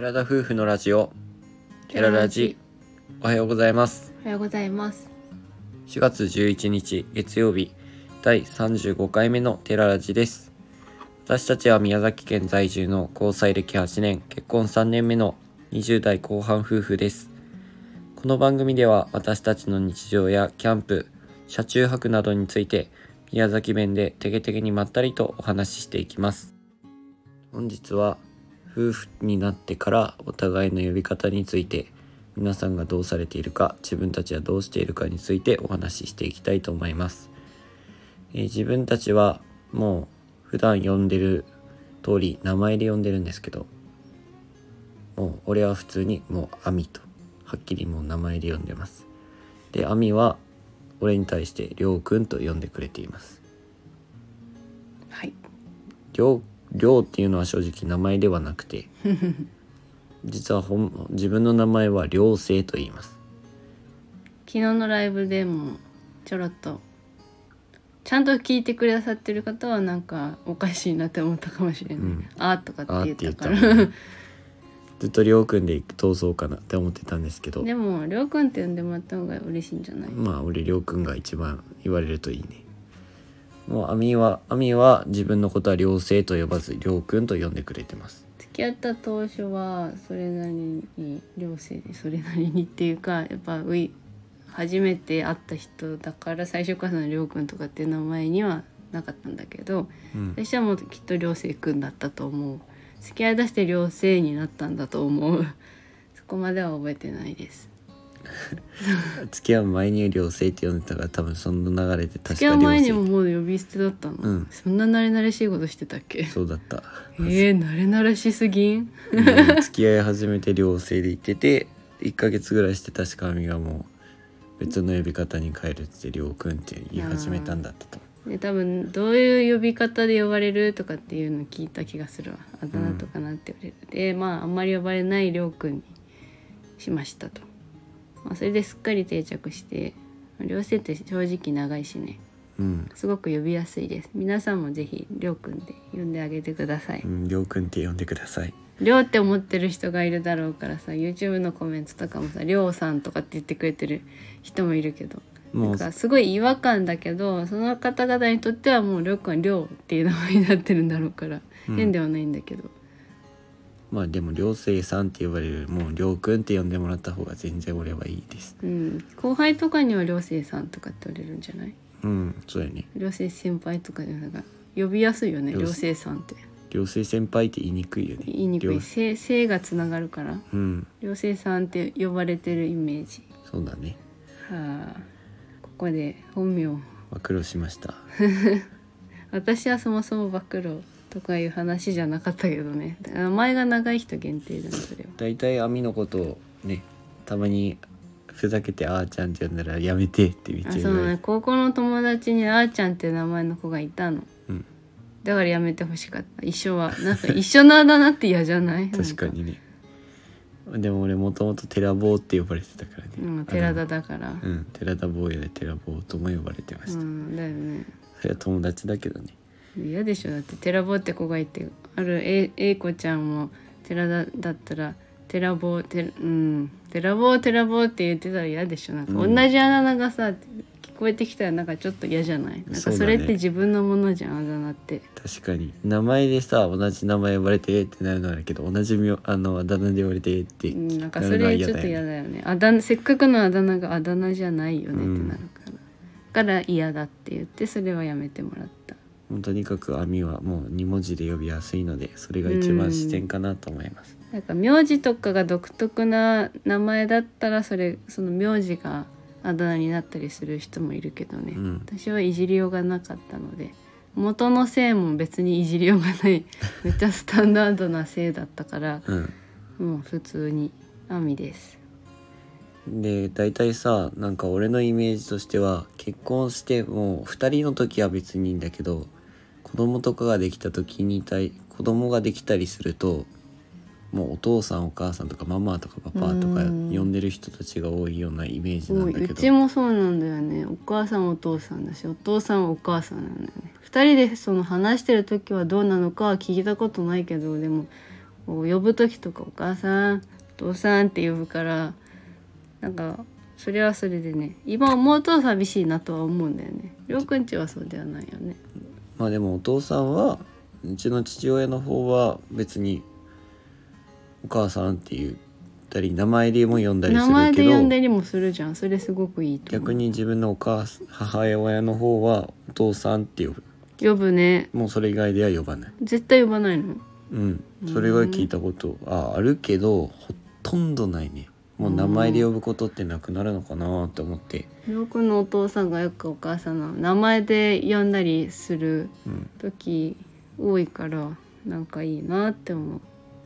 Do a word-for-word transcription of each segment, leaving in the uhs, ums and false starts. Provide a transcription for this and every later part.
寺田夫婦のラジオテララジ。おはようございます。 おはようございます。 しがつじゅういちにち月曜日、だいさんじゅうごかいめのテララジです。私たちは宮崎県在住の交際歴はちねん、結婚さんねんめのにじゅうだいこう半夫婦です。この番組では私たちの日常やキャンプ、車中泊などについて宮崎弁でてげてげにまったりとお話ししていきます。本日は夫婦になってからお互いの呼び方について、皆さんがどうされているか、自分たちはどうしているかについてお話ししていきたいと思います。えー、自分たちはもう普段呼んでる通り名前で呼んでるんですけど、もう俺は普通にもうアミとはっきりもう名前で呼んでます。で、アミは俺に対してりょうくんと呼んでくれています。 はい。 りょうりょうっていうのは正直名前ではなくて実は本自分の名前はりょうせいと言います。 昨日のライブでもちょろっとちゃんと聞いてくださってる方はなんかおかしいなって思ったかもしれない、うん、あーとかって言ったからね、ずっとりょうくんで通そうかなって思ってたんですけど、 でもりょうくんって呼んでもらった方が嬉しいんじゃない？ まあ俺りょうくんが一番言われるといいね。もうアミはアミは自分のことはりょうせいと呼ばずりょうくんと呼んでくれてます。 付き合った当初はそれなりにりょうせいでそれなりにっていうか、やっぱうい初めて会った人だから最初からのりょうくんとかっていう名前にはなかったんだけど、うん、私はもうきっとりょうせいくんだったと思う。付き合いだしてりょうせいになったんだと思う。そこまでは覚えてないです。 付き合う前にりょうせいって呼んでたから、多分その流れで確か付き合う前にももう呼び捨てだったの、うん、そんな慣れ慣れしいことしてたっけ？ そうだった。 えー、慣れ慣れしすぎん付き合い始めてりょうせいで言ってて、いっかげつぐらいして確かアミがもう別の呼び方に変えるってりょうくんって言い始めたんだったと。 で多分どういう呼び方で呼ばれるとかっていうのを聞いた気がするわ。あだ名とかなって言われる、うん、でまああんまり呼ばれないりょうくんにしましたと。まあ、それですっかり定着して、りょうせいって正直長いしね、うん、すごく呼びやすいです。皆さんもぜひりょうくんで呼んであげてください。 うん、りょうくんって呼んでください。 りょうって思ってる人がいるだろうからさ、 YouTube のコメントとかもさりょうさんとかって言ってくれてる人もいるけど、なんかすごい違和感だけど、その方々にとってはもうりょうくんはりょうっていう名前になってるんだろうから、うん、変ではないんだけど、 まあでもりょうせいさんって呼ばれる、もうりょうくんって呼んでもらった方が全然俺はいいです、 うん、後輩とかにはりょうせいさんとかって言われるんじゃない？ うん、そうやね。 りょうせい先輩とかでなんか呼びやすいよね、りょうせいさんって。 りょうせい先輩って言いにくいよね。 言いにくい、せいがつながるから、うん、りょうせいさんって呼ばれてるイメージ。 そうだね。 はあ、ここで本名暴露しました私はそもそも暴露とかいう話じゃなかったけどね。名前が長い人限定だね、それは。 だいたいアミのことをね、たまにふざけてあーちゃんって呼んだらやめてってめっちゃ言われる。 あ、そうね、高校の友達にあーちゃんっていう名前の子がいたの、うん、だからやめてほしかった。一緒はなんか一緒のあだ名って嫌じゃない確かにね。でも俺もともと寺坊って呼ばれてたからね、 うん、寺田だから、 うん、寺田坊やで寺坊とも呼ばれてました、うん、 だよね。 それは友達だけどね。 嫌でしょ。だって寺坊って子がいて、ある A, A 子ちゃんも寺田だったら寺坊て、うん、寺坊寺坊って言ってたら嫌でしょ。なんか同じあだ名がさ、うん、聞こえてきたらなんかちょっと嫌じゃない？なんかそれって自分のものじゃん、あだ名って。 確かに名前でさ、同じ名前呼ばれてってなるのあるけど、同じ名あのあだ名で呼ばれてってなるのは嫌だよね。なんかそれちょっと嫌だよね。あだせっかくのあだ名があだ名じゃないよねってなるから、うん、だから嫌だって言ってそれはやめてもらった。 もうとにかくアミはもうに文字で呼びやすいので、それが一番自然かなと思います。 なんか名字とかが独特な名前だったら、それその名字があだ名になったりする人もいるけどね、うん、私はいじりようがなかったので、元の姓も別にいじりようがないめっちゃスタンダードな姓だったから、うん、もう普通にアミです。 で大体さ、なんか俺のイメージとしては、結婚してもうふたりの時は別にいいんだけど、子供とかができた時に子供ができたりすると、もうお父さんお母さんとかママとかパパとか呼んでる人たちが多いようなイメージなんだけど、 うちもそうなんだよね。お母さんお父さんだし、お父さんはお母さんなんだよね。ふたりでその話してる時はどうなのかは聞いたことないけど、でもこう呼ぶ時とかお母さんお父さんって呼ぶから、なんかそれはそれでね、今思うと寂しいなとは思うんだよね。りょうくんちはそうではないよね。 まあでもお父さんはうちの父親の方は別にお母さんって言ったり名前でも呼んだりす名るけど、 前で呼んだりもするじゃん。それすごくいいと思う。 逆に自分のお母母親の方はお父さんって呼ぶ。 呼ぶね。 もうそれ以外では呼ばない。 絶対呼ばないの？ うんそれは聞いたことああるけど、ほとんどないね。もう名前で呼ぶことってなくなるのかなって思って。 りょうくんのお父さんがよくお母さんの名前で呼んだりする時多いから、なんかいいなって思う。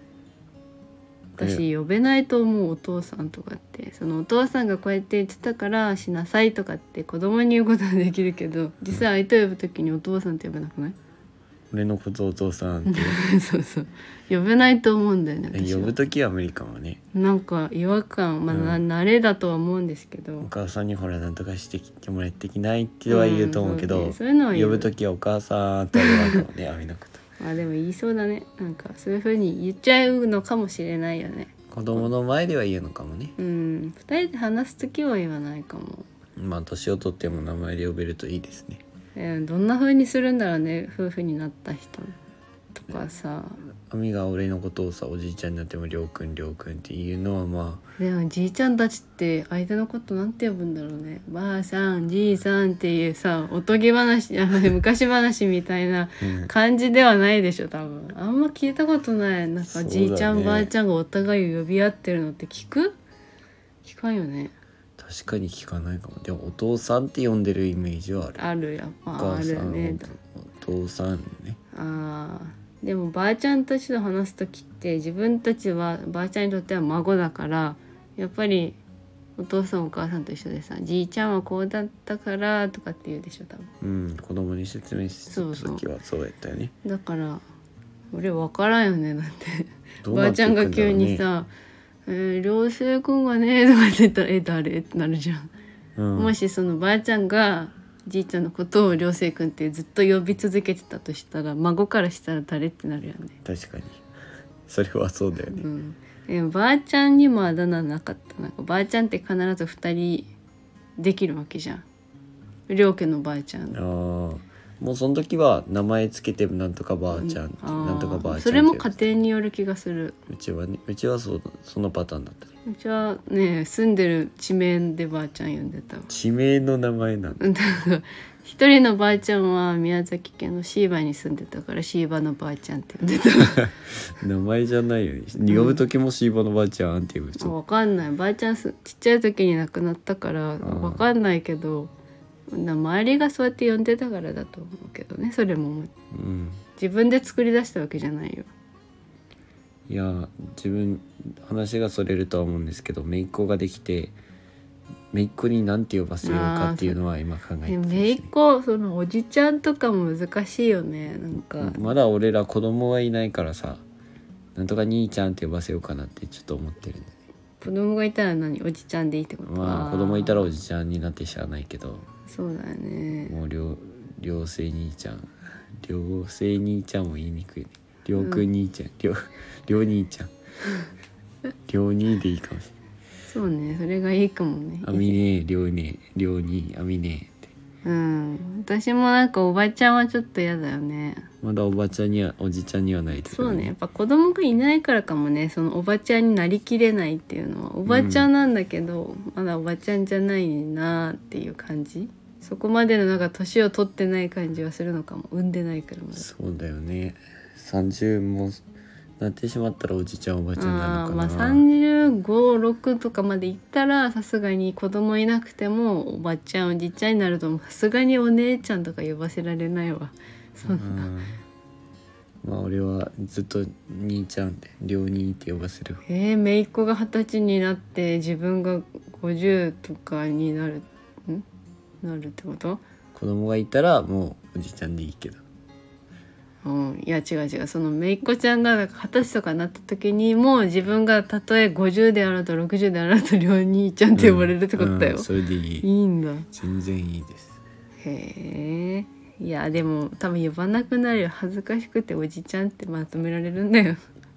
私呼べないと思う、お父さんとかって。そのお父さんがこうやって言ってたからしなさいとかって子供に言うことはできるけど、実際相手を呼ぶ時にお父さんって呼べなくない？ 俺のことをお父さんってそうそう、呼べないと思うんだよね私は。 呼ぶときは無理かもね。 なんか違和感、まあ、 うんな慣れだとは思うんですけど、 お母さんにほらなんとかしてきてもらってきないっては言うと思うけど、 うんそうね、そういうのは言う呼ぶときはお母さんって言わんかもねあみのことまあでも言いそうだね。なんかそういう風に言っちゃうのかもしれないよね。 子供の前では言うのかもね。 うんふたりで話す時は言わないかも。 まあ年を取っても名前で呼べるといいですね。 えーどんな風にするんだろうね、夫婦になった人とかさ。 あみが俺のことをさおじいちゃんになってもりょうくんりょうくんっていうのはまあ、 でもじいちゃんたちって相手のことなんて呼ぶんだろうね。ばあさんじいさんっていうさ、おとぎ話あの昔話みたいなうん、 感じではないでしょ多分。あんま聞いたことない。なんかそうだねじいちゃんばあちゃんがお互いを呼び合ってるのって聞く？聞かんよね。 確かに聞かないかも。でもお父さんって呼んでるイメージはある。 あるやっおぱあ母さん、 るよね。 おお父さんね。 あーでもばあちゃんたちと話す時って自分たちはばあちゃんにとっては孫だから、やっぱりお父さんお母さんと一緒でさ、じいちゃんはこうだったからとかって言うでしょ多分。 うん子供に説明した時はそうやったよね。 だから俺分からんよね。だってどうばあちゃなっていくんだろうねんが急にさ「えー、良生くんがね」とかって言ったら「え誰?」ってなるじゃん、 うん、 もしそのばあちゃんがじいちゃんのことを良生くんってずっと呼び続けてたとしたら、孫からしたら誰ってなるよね。 確かにそれはそうだよね。 うん、でもばあちゃんにもあだ名なかった。なんかばあちゃんって必ずふたりできるわけじゃん。両家のばあちゃん。 ああもうその時は名前つけてなんとかばあちゃん、 あーなんとかばあちゃんそれも家庭による気がする。 うちはねうちはそうそのパターンだったね。 うちはね住んでる地名でばあちゃん呼んでたわ。 地名の名前なんだ。 だから一人のばあちゃんは宮崎県の椎葉に住んでたから椎葉のばあちゃんって呼んでた名前じゃないよね。呼ぶ時もシーバのばあちゃんって呼ぶ人。 わかんない。ばあちゃんすちっちゃい時に亡くなったからわかんないけど、な周りがそうやって呼んでたからだと思うけどね。それもうん自分で作り出したわけじゃないよ。 いや自分話がそれるとは思うんですけど、姪っ子ができて姪っ子に何て呼ばせようかっていうのは今考えてます、ね、 姪っ子そのおじちゃんとかも難しいよね。なんかまだ俺ら子供はいないからさ、なんとか兄ちゃんって呼ばせようかなってちょっと思ってるんで、ね、 子供がいたら何おじちゃんでいいってこと？ まあ子供いたらおじちゃんになってしゃあないけど、 そうだよね。 もう両両生兄ちゃん両生兄ちゃんも言いにくいね。両くん兄ちゃん、両両兄ちゃん両兄でいいかもしれない。 そうね、それがいいかもね。 あみね両ね両兄あみねって。 うん私もなんかおばちゃんはちょっと嫌だよね。 まだおばちゃんにはおじちゃんにはないですそうね、やっぱ子供がいないからかもね。そのおばちゃんになりきれないっていうのは、おばちゃんなんだけど、うん、まだおばちゃんじゃないなっていう感じ。そこまでのなんか年を取ってない感じはするのかも。産んでないからまだ。 そうだよね。さんじゅうもなってしまったらおじちゃんおばちゃんなのかな。 あまあさんじゅうご、ろくとかまでいったらさすがに子供いなくてもおばちゃんおじちゃんになるとさすがにお姉ちゃんとか呼ばせられないわ。そんな。 まあ俺はずっと兄ちゃんって両兄って呼ばせる。 えー、姪っ子が二十歳になって自分がごじゅうとかになるんなるってこと？ 子供がいたらもうおじちゃんでいいけど。 うん、いや違う違う、その姪っ子ちゃんが二十歳とかなった時にもう自分がたとえごじゅうであろうとろくじゅうであろうと両兄ちゃんって呼ばれるってことだよ、 うんうん、それでいい。 いいんだ。 全然いいです。 へえ。いやでも多分呼ばなくなるよ。恥ずかしくておじちゃんってまとめられるんだよ。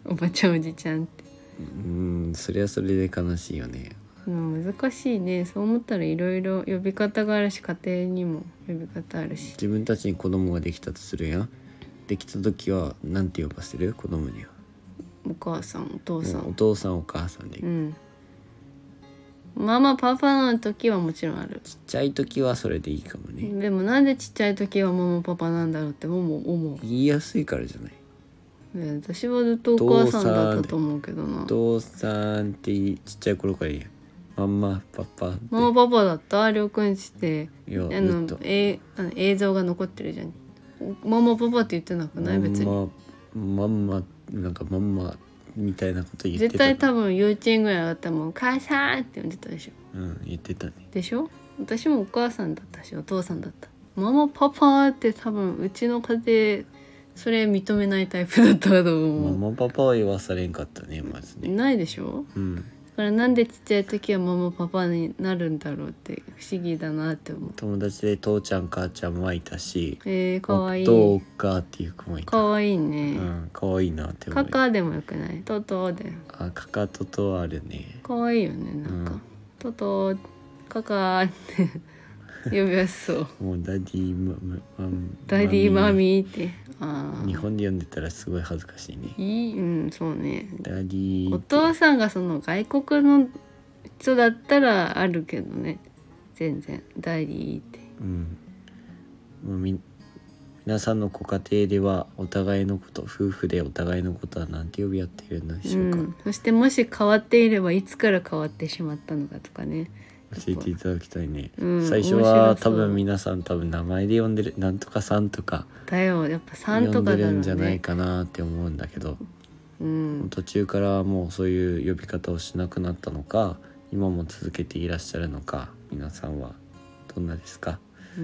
おばちゃんおじちゃんって。 うーん、それはそれで悲しいよね。 うん、難しいね。そう思ったらいろいろ呼び方があるし、家庭にも呼び方あるし。 自分たちに子供ができたとするやん。できた時はなんて呼ばせる？子供にはお母さん、お父さん、 お父さんお母さんで、 うん、ママパパの時はもちろんある。 ちっちゃい時はそれでいいかもね。 でもなんでちっちゃい時はママパパなんだろうってもう思う。 言いやすいからじゃない？ ね、私はずっとお母さんだったと思うけどな。 お父さんってちっちゃい頃からいいやん。ママパパって。 ママパパだったりょうくんちっていやあのえあの映像が残ってるじゃん。ママパパって言ってなくない？別にママママなんかママみたいなこと言ってた。 絶対多分幼稚園ぐらいだったもん。お母さんって呼んでたでしょ。 うん言ってたね。 でしょ。私もお母さんだったしお父さんだった。ママパパって多分うちの家庭それ認めないタイプだったと思う。 ママパパは言わされんかったねまずね。 ないでしょ。 うん。 だからなんでちっちゃい時はママパパになるんだろうって不思議だなって思う。 友達で父ちゃん母ちゃんもいたし、 えー、かわいい。 おっかっていう子もいた。 かわいいね。 うん、かわいいなって思う。 カカでもよくない？トトで。 あ、カカトトあるね。 かわいいよねなんか、うん、トトカカって呼びやすそう。 もうダディママダディマミーって。あ日本で読んでたらすごい恥ずかしいね。 いい、うんそうね。 ダディ。 お父さんがその外国の人だったらあるけどね。全然ダディって。 うん。もうみ皆さんのご家庭ではお互いのこと夫婦でお互いのことは何て呼び合っているのでしょうか、うん、 そしてもし変わっていればいつから変わってしまったのかとかね教えていただきたいね、 うん、 最初は多分皆さん多分名前で呼んでるなんとかさんとかだよやっぱさんとかだろうね、 呼んでるんじゃないかなって思うんだけど、うん、途中からもうそういう呼び方をしなくなったのか今も続けていらっしゃるのか皆さんはどんなですか？ うん、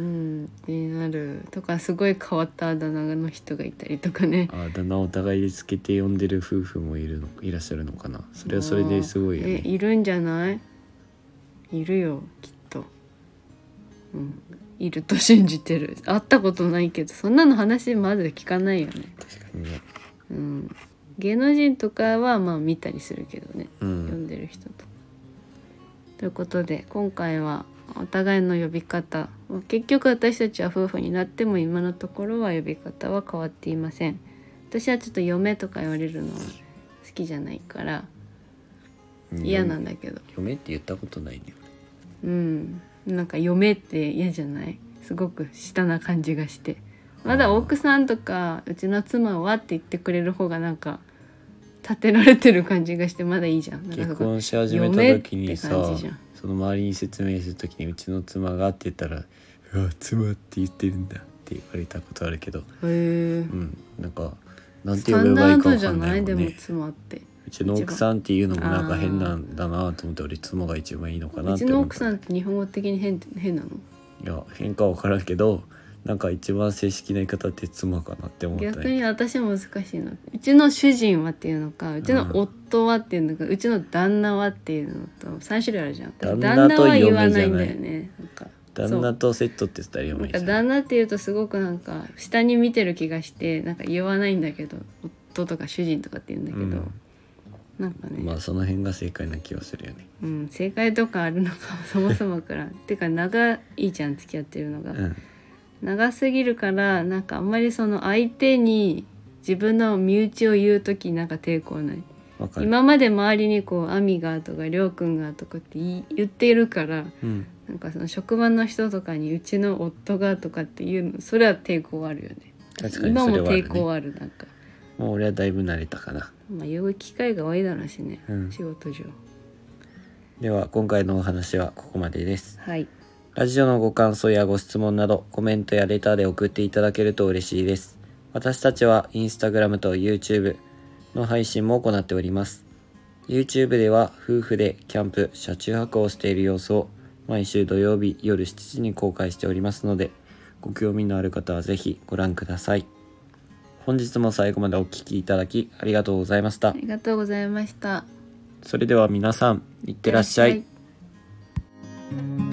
気になるとかすごい変わったあだ名の人がいたりとかね。 あだ名お互いでつけて呼んでる夫婦もいるのいらっしゃるのかな。それはそれですごいよね。 えいるんじゃない？いるよきっと、うん、いると信じてる。会ったことないけどそんなの話まず聞かないよね。 確かにね、 うん、芸能人とかはまあ見たりするけどね、 うん、 呼んでる人と。ということで今回はお互いの呼び方、結局私たちは夫婦になっても今のところは呼び方は変わっていません。私はちょっと嫁とか言われるのは好きじゃないから嫌なんだけど、 嫁って言ったことないね。 うんなんか嫁って嫌じゃない？すごく下な感じがして、まだ奥さんとかうちの妻はって言ってくれる方がなんか立てられてる感じがしてまだいいじゃん。なんか結婚し始めた時にさその周りに説明する時にうちの妻がって言ったらうわ妻って言ってるんだって言われたことあるけど、へえ、 うん、なんかなんて呼べばいいか分かんないもんね。 でも妻ってうちの奥さんっていうのもなんか変なんだなと思って俺妻が一番いいのかなって思った。 うちの奥さんって日本語的に変変なの？ いや変か分からんけどなんか一番正式な言い方って妻かなって思った、ね、 逆に私も難しいの。うちの主人はっていうのかうちの夫はっていうのか、うん、うちの旦那はっていうのとさん種類あるじゃん。 旦那と嫁じゃない。旦那は言わないんだよね。なんか旦那とセットって言ったら嫁じゃん。 旦那っていうとすごくなんか下に見てる気がしてなんか言わないんだけど夫とか主人とかって言うんだけど、うん、なんかねまあその辺が正解な気がするよね。 うん、正解とかあるのかそもそもからてか長いじゃん付き合ってるのが、うん、長すぎるからなんかあんまりその相手に自分の身内を言うときなんか抵抗ない。今まで周りにこうアミがとかりょうくんがとかって言っているから、うん、なんかその職場の人とかにうちの夫がとかっていうのそれは抵抗あるよね。 確かにそれはあるね。 今も抵抗あるなんか。 もう俺はだいぶ慣れたかな。 まあ言う機会が多いだろうしね、うん、仕事上。 では今回のお話はここまでです。 はい。 ラジオのご感想やご質問などコメントやレターで送っていただけると嬉しいです。私たちはインスタグラムと YouTube の配信も行っております。YouTube では夫婦でキャンプ、車中泊をしている様子を毎週土曜日夜しちじに公開しておりますので、ご興味のある方はぜひご覧ください。本日も最後までお聞きいただきありがとうございました。 ありがとうございました。 それでは皆さん、いってらっしゃい。